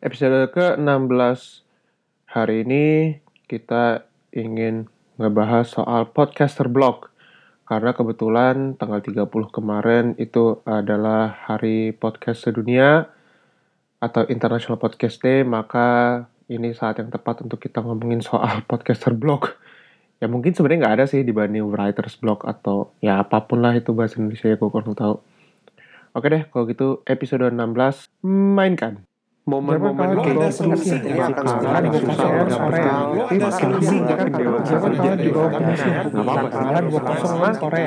Episode ke-16. Hari ini kita ingin ngebahas soal podcaster blog. Karena kebetulan tanggal 30 kemarin itu adalah hari podcast sedunia atau International Podcast Day, maka ini saat yang tepat untuk kita ngomongin soal podcaster blog. Ya mungkin sebenarnya nggak ada sih dibanding writers blog atau ya apapun lah itu bahasa Indonesia ya gue kurang tahu. Oke deh, kalau gitu episode 16 mainkan. Momen-momen lo ada solusi nggak? Sekarang gue kasih orang sore ya. Lo ada solusi nggak? Siapa tahu di bawah komisi. Nggak apa-apa. Kalian 2-0 Korea.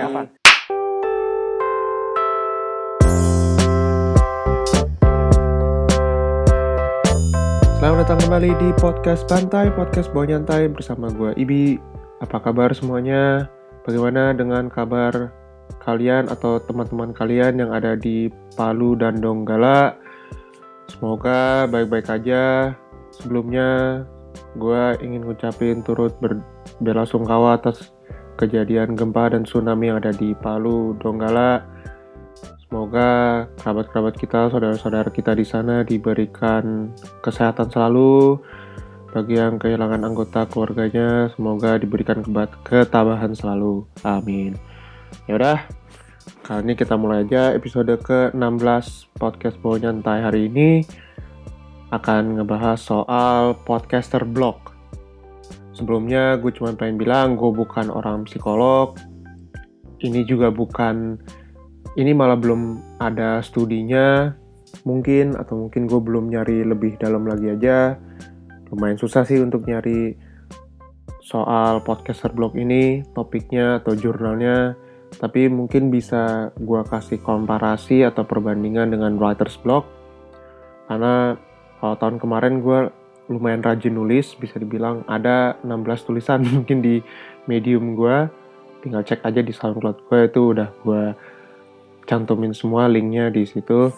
Selamat datang kembali di podcast Bantai, podcast Bawa Nyantai bersama gue Ibi. Apa kabar semuanya? Bagaimana dengan kabar kalian atau teman-teman kalian yang ada di Palu dan Donggala? Semoga baik-baik aja. Sebelumnya, gue ingin ngucapin turut berbelasungkawa atas kejadian gempa dan tsunami yang ada di Palu, Donggala. Semoga kerabat-kerabat kita, saudara-saudara kita di sana diberikan kesehatan selalu. Bagi yang kehilangan anggota keluarganya, semoga diberikan ketabahan selalu. Amin. Yaudah. Kali ini kita mulai aja episode ke-16 podcast Bawa Nyantai. Hari ini akan ngebahas soal podcaster blog. Sebelumnya gue cuma pengen bilang gue bukan orang psikolog. Ini juga bukan, ini malah belum ada studinya mungkin, atau mungkin gue belum nyari lebih dalam lagi aja. Lumayan susah sih untuk nyari soal podcaster blog ini, topiknya atau jurnalnya. Tapi mungkin bisa gue kasih komparasi atau perbandingan dengan writers blog. Karena kalau tahun kemarin gue lumayan rajin nulis, bisa dibilang ada 16 tulisan mungkin di Medium gue. Tinggal cek aja di SoundCloud gue, itu udah gue cantumin semua linknya di situ.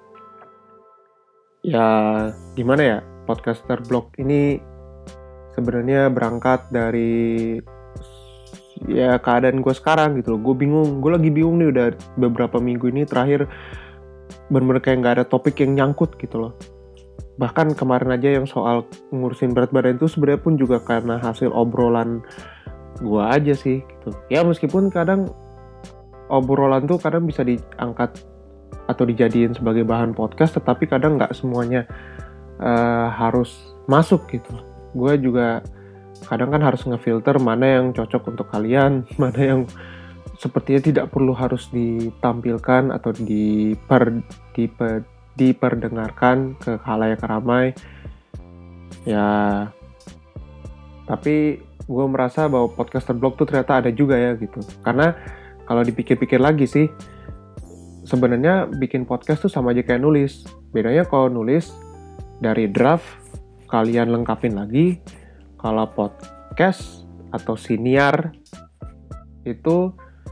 Ya gimana ya, podcaster blog ini sebenarnya berangkat dari ya keadaan gue sekarang gitu loh. Gue lagi bingung nih udah beberapa minggu ini terakhir, bener-bener kayak gak ada topik yang nyangkut gitu loh. Bahkan kemarin aja yang soal ngurusin berat badan itu sebenarnya pun juga karena hasil obrolan gue aja sih gitu. Ya meskipun kadang obrolan tuh kadang bisa diangkat atau dijadiin sebagai bahan podcast, tetapi kadang gak semuanya harus masuk gitu. Gue juga kadang kan harus ngefilter mana yang cocok untuk kalian, mana yang sepertinya tidak perlu harus ditampilkan atau diperdengarkan ke khalayak ramai. Ya, tapi gue merasa bahwa podcaster blog tuh ternyata ada juga ya gitu. Karena kalau dipikir-pikir lagi sih, sebenarnya bikin podcast tuh sama aja kayak nulis. Bedanya kalau nulis dari draft, kalian lengkapin lagi. Kalau podcast atau siniar itu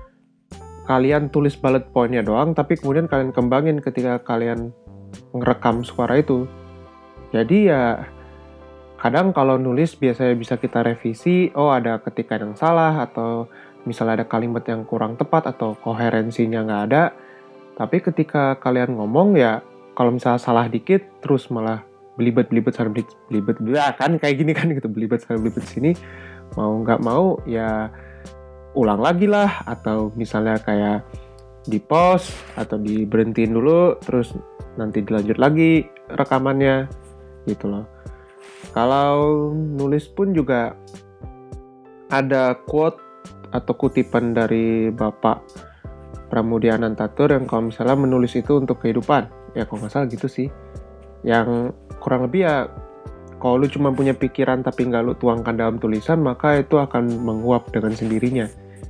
kalian tulis bullet point-nya doang, tapi kemudian kalian kembangin ketika kalian ngerekam suara itu. Jadi ya kadang kalau nulis biasanya bisa kita revisi, oh ada ketikan yang salah, atau misalnya ada kalimat yang kurang tepat atau koherensinya nggak ada. Tapi ketika kalian ngomong ya, kalau misalnya salah dikit terus malah belibet kan kayak gini kan gitu, belibet sini, mau nggak mau ya ulang lagi lah, atau misalnya kayak di pause atau diberhentiin dulu terus nanti dilanjut lagi rekamannya gitu loh. Kalau nulis pun juga ada quote atau kutipan dari Bapak Pramudia Anantatur yang kalau misalnya menulis itu untuk kehidupan, ya kalau nggak salah gitu sih, yang kurang lebih ya kalau lu cuma punya pikiran tapi nggak lu tuangkan dalam tulisan, maka itu akan menguap dengan sendirinya.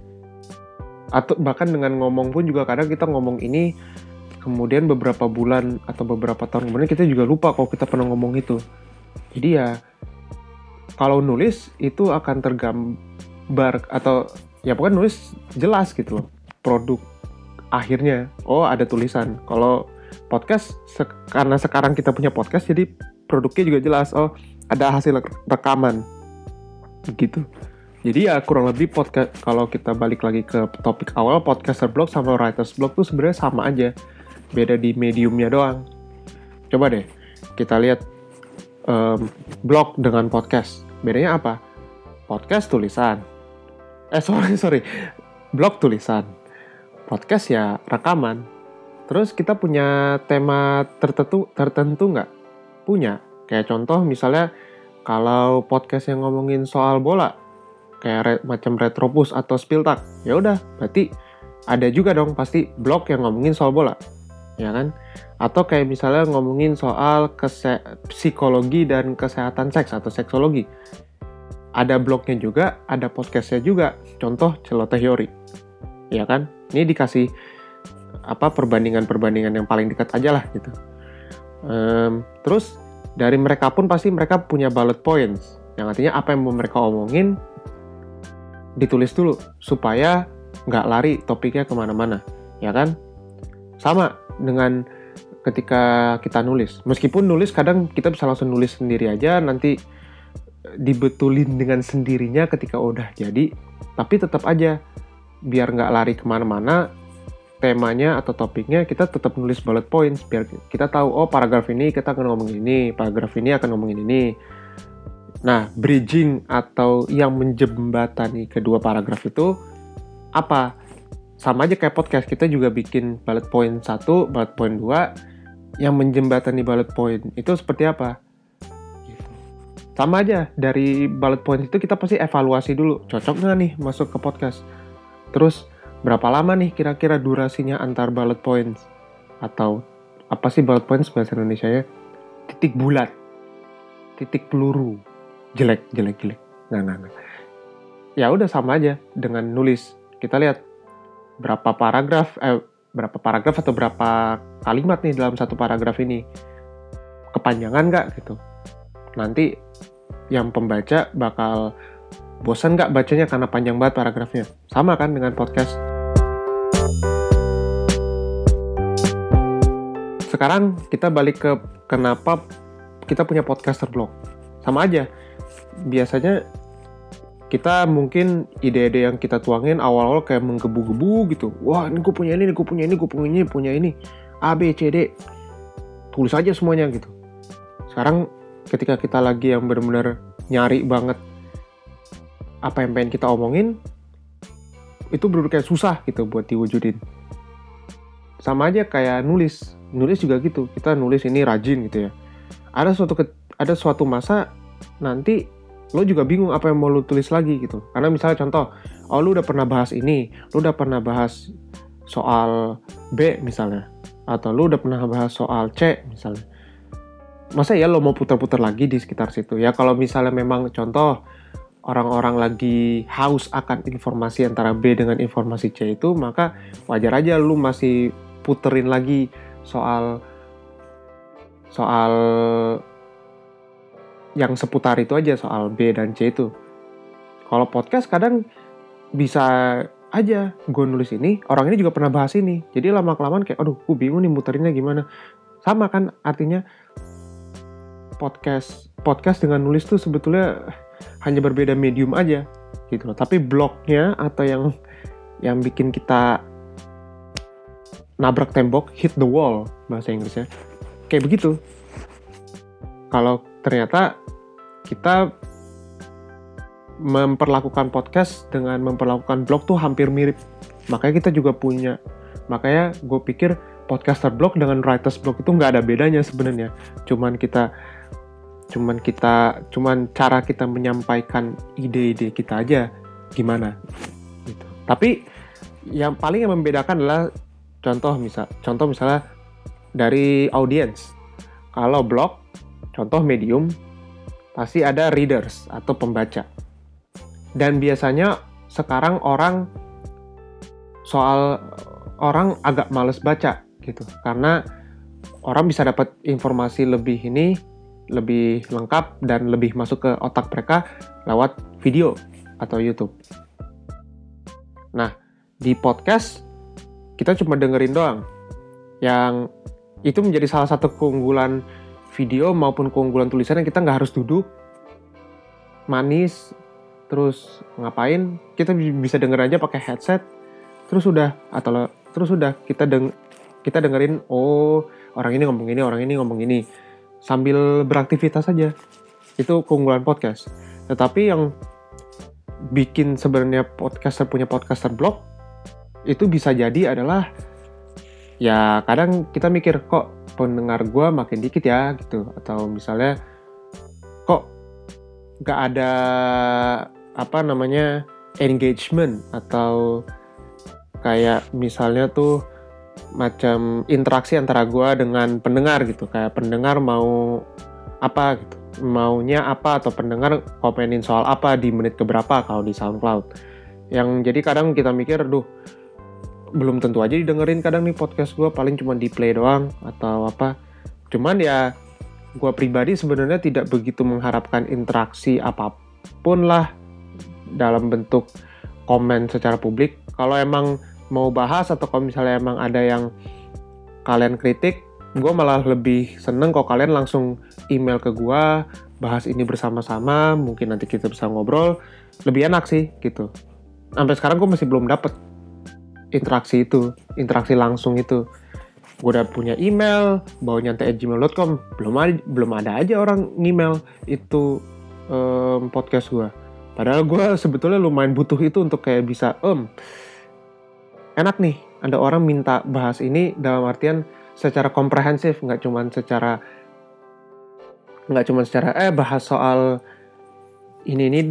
Atau bahkan dengan ngomong pun juga kadang kita ngomong ini kemudian beberapa bulan atau beberapa tahun kemudian kita juga lupa kalau kita pernah ngomong itu. Jadi ya kalau nulis itu akan tergambar, atau ya pokoknya nulis jelas gitu loh produk akhirnya. Oh ada tulisan. Kalau podcast, karena sekarang kita punya podcast, jadi produknya juga jelas. Oh, ada hasil rekaman. Gitu. Jadi ya kurang lebih podcast, kalau kita balik lagi ke topik awal, podcaster blog sama writers blog tuh sebenarnya sama aja. Beda di mediumnya doang. Coba deh kita lihat blog dengan podcast. Bedanya apa? Podcast tulisan. Sorry. Blog tulisan. Podcast ya rekaman. Terus kita punya tema tertentu nggak? Punya. Kayak contoh misalnya kalau podcast yang ngomongin soal bola, kayak macam Retropus atau Spiltak, ya udah berarti ada juga dong pasti blog yang ngomongin soal bola, ya kan? Atau kayak misalnya ngomongin soal psikologi dan kesehatan seks atau seksologi, ada blognya juga, ada podcastnya juga. Contoh Celoteori, ya kan? Ini dikasih perbandingan yang paling dekat aja lah gitu. Terus dari mereka pun pasti mereka punya bullet points, yang artinya apa yang mau mereka omongin ditulis dulu supaya nggak lari topiknya kemana-mana, ya kan? Sama dengan ketika kita nulis. Meskipun nulis kadang kita bisa langsung nulis sendiri aja, nanti dibetulin dengan sendirinya ketika udah jadi, tapi tetap aja biar nggak lari kemana-mana temanya atau topiknya, kita tetap nulis bullet points biar kita tahu, oh paragraf ini kita akan ngomongin ini, paragraf ini akan ngomongin ini. Nah, bridging atau yang menjembatani kedua paragraf itu apa? Sama aja kayak podcast, kita juga bikin bullet point 1, bullet point 2, yang menjembatani bullet point itu seperti apa? Sama aja, dari bullet point itu kita pasti evaluasi dulu, cocok nggak nih masuk ke podcast? Terus, berapa lama nih kira-kira durasinya antar bullet points? Atau, apa sih bullet points bahasa Indonesianya? Titik bulat, titik peluru, jelek. Nah. Ya udah sama aja dengan nulis. Kita lihat berapa paragraf atau berapa kalimat nih dalam satu paragraf ini. Kepanjangan nggak gitu? Nanti yang pembaca bakal bosan nggak bacanya karena panjang banget paragrafnya. Sama kan dengan podcast. Sekarang kita balik ke kenapa kita punya podcaster blog. Sama aja. Biasanya kita mungkin ide-ide yang kita tuangin awal-awal kayak menggebu-gebu gitu. Wah, ini gue punya ini. A, B, C, D. Tulis aja semuanya gitu. Sekarang ketika kita lagi yang benar-benar nyari banget apa yang pengen kita omongin, itu benar-benar kayak susah gitu buat diwujudin. Sama aja kayak nulis juga gitu. Kita nulis ini rajin gitu ya. Ada suatu masa nanti lo juga bingung apa yang mau lo tulis lagi gitu. Karena misalnya contoh, lo udah pernah bahas ini, lo udah pernah bahas soal B misalnya, atau lo udah pernah bahas soal C misalnya. Masa ya lo mau putar-putar lagi di sekitar situ? Ya kalau misalnya memang contoh orang-orang lagi haus akan informasi antara B dengan informasi C itu, maka wajar aja lo masih puterin lagi soal yang seputar itu aja, soal B dan C itu. Kalau podcast kadang bisa aja gue nulis ini, orang ini juga pernah bahas ini. Jadi lama-kelamaan kayak, aduh gue bingung nih muterinnya gimana. Sama kan artinya podcast dengan nulis tuh sebetulnya hanya berbeda medium aja gitu loh. Tapi blognya atau yang bikin kita nabrak tembok, hit the wall bahasa Inggrisnya, kayak begitu. Kalau ternyata kita memperlakukan podcast dengan memperlakukan blog tuh hampir mirip, makanya kita juga punya. Makanya gue pikir podcaster blog dengan writers blog itu nggak ada bedanya sebenarnya. Cuman cara kita menyampaikan ide-ide kita aja gimana gitu. Tapi yang paling membedakan adalah contoh misalnya dari audiens. Kalau blog, contoh medium, pasti ada readers atau pembaca. Dan biasanya sekarang orang agak males baca gitu, karena orang bisa dapat informasi lebih lengkap dan lebih masuk ke otak mereka lewat video atau YouTube. Nah, di podcast kita cuma dengerin doang. Yang itu menjadi salah satu keunggulan video maupun keunggulan tulisan, yang kita nggak harus duduk manis terus ngapain, kita bisa denger aja pakai headset terus udah kita dengerin, oh orang ini ngomong ini sambil beraktivitas saja. Itu keunggulan podcast. Tetapi yang bikin sebenarnya podcaster punya podcaster blog itu bisa jadi adalah ya kadang kita mikir kok pendengar gue makin dikit ya gitu, atau misalnya kok gak ada engagement, atau kayak misalnya tuh macam interaksi antara gue dengan pendengar gitu, kayak pendengar mau apa gitu, maunya apa, atau pendengar komenin soal apa di menit keberapa kalau di SoundCloud. Yang jadi kadang kita mikir, belum tentu aja didengerin kadang nih podcast gue, paling cuma di play doang atau apa. Cuman ya gue pribadi sebenarnya tidak begitu mengharapkan interaksi apapun lah dalam bentuk komen secara publik. Kalau emang mau bahas atau kalau misalnya emang ada yang kalian kritik, gue malah lebih seneng kalau kalian langsung email ke gue, bahas ini bersama-sama, mungkin nanti kita bisa ngobrol, lebih enak sih gitu. Sampai sekarang gue masih belum dapet interaksi langsung itu. Gue udah punya email, bawaNyantai@gmail.com, belum ada aja orang ngemail itu podcast gue. Padahal gue sebetulnya lumayan butuh itu untuk kayak bisa, enak nih, ada orang minta bahas ini dalam artian secara komprehensif, nggak cuma secara bahas soal ini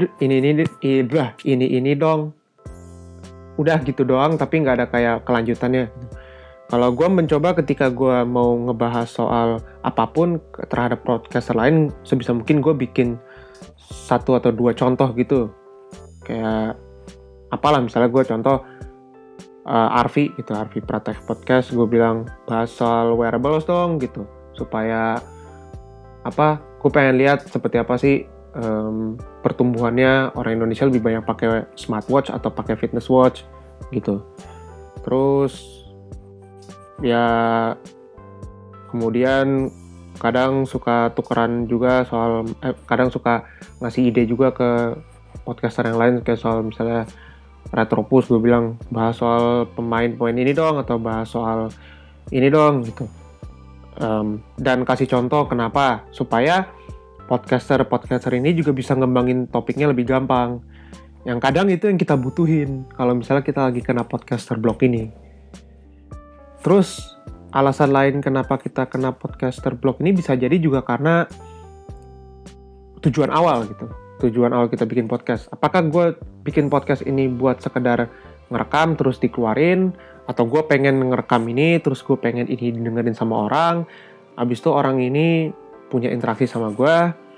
dong. Udah gitu doang, tapi nggak ada kayak kelanjutannya. Kalau gue mencoba ketika gue mau ngebahas soal apapun terhadap podcaster lain, sebisa mungkin gue bikin 1 atau 2 contoh gitu. Kayak apalah, misalnya gue contoh Arfi Pratek Podcast, gue bilang bahas soal wearables dong gitu, supaya gue pengen lihat seperti apa sih pertumbuhannya orang Indonesia lebih banyak pakai smartwatch atau pakai fitness watch gitu. Terus ya kemudian kadang suka tukeran juga soal kadang suka ngasih ide juga ke podcaster yang lain, kayak soal misalnya Retropus, gue bilang bahas soal pemain ini dong, atau bahas soal ini dong gitu. Dan kasih contoh kenapa, supaya podcaster ini juga bisa ngembangin topiknya lebih gampang. Yang kadang itu yang kita butuhin kalau misalnya kita lagi kena podcaster block ini. Terus alasan lain kenapa kita kena podcaster block ini bisa jadi juga karena tujuan awal gitu. Tujuan awal kita bikin podcast. Apakah gue bikin podcast ini buat sekedar ngerekam terus dikeluarin, atau gue pengen ngerekam ini terus gue pengen ini didengerin sama orang, abis itu orang ini punya interaksi sama gue.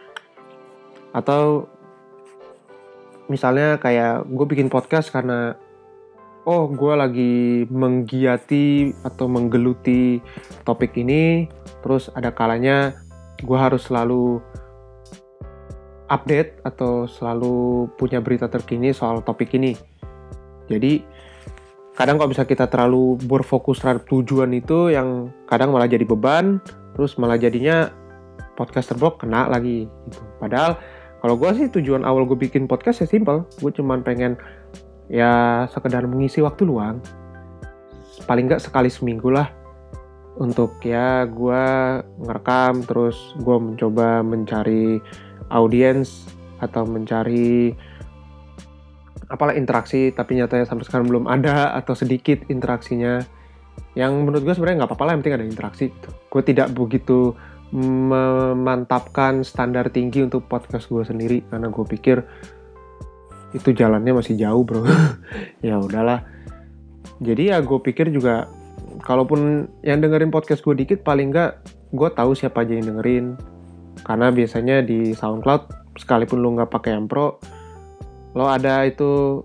Atau misalnya kayak gue bikin podcast karena gue lagi menggiati atau menggeluti topik ini, terus ada kalanya gue harus selalu update atau selalu punya berita terkini soal topik ini. Jadi kadang kalau bisa kita terlalu berfokus terhadap tujuan itu, yang kadang malah jadi beban, terus malah jadinya podcaster blog kena lagi gitu. Padahal kalau gue sih tujuan awal gue bikin podcast ya simple, gue cuman pengen ya sekedar mengisi waktu luang, paling nggak sekali seminggu lah, untuk ya gue ngerekam, terus gue mencoba mencari audiens atau mencari interaksi, tapi nyatanya sampai sekarang belum ada atau sedikit interaksinya. Yang menurut gue sebenarnya nggak apa-apa lah, yang penting ada interaksi gitu. Gue tidak begitu memantapkan standar tinggi untuk podcast gue sendiri, karena gue pikir itu jalannya masih jauh bro. Ya udahlah. Jadi ya gue pikir juga, kalaupun yang dengerin podcast gue dikit, paling nggak gue tahu siapa aja yang dengerin. Karena biasanya di SoundCloud, sekalipun lo nggak pakai yang pro, lo ada itu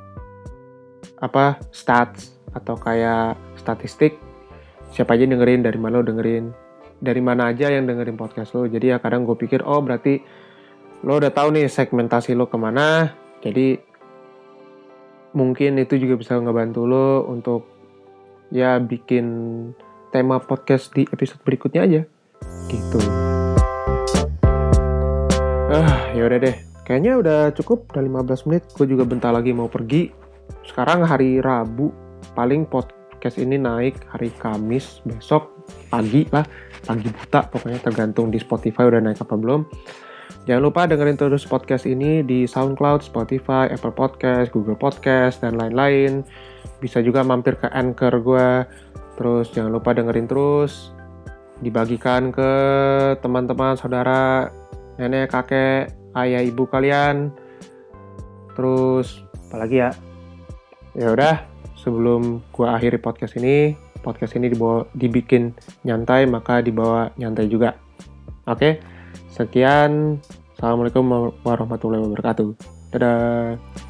stats atau kayak statistik siapa aja yang dengerin, dari mana lo dengerin, dari mana aja yang dengerin podcast lo. Jadi ya kadang gue pikir, berarti lo udah tahu nih segmentasi lo kemana. Jadi mungkin itu juga bisa ngebantu lo untuk ya bikin tema podcast di episode berikutnya aja gitu. Ya udah deh, kayaknya udah cukup, udah 15 menit. Gue juga bentar lagi mau pergi. Sekarang hari Rabu, paling podcast ini naik hari Kamis besok pagi lah. pagi buta, pokoknya tergantung di Spotify udah naik apa belum. Jangan lupa dengerin terus podcast ini di SoundCloud, Spotify, Apple Podcast, Google Podcast, dan lain-lain. Bisa juga mampir ke Anchor gue. Terus jangan lupa dengerin terus, dibagikan ke teman-teman, saudara, nenek, kakek, ayah, ibu kalian. Terus apalagi ya? Ya udah, sebelum gue akhiri podcast ini dibikin nyantai, maka dibawa nyantai juga. Oke, sekian. Assalamualaikum warahmatullahi wabarakatuh. Dadah.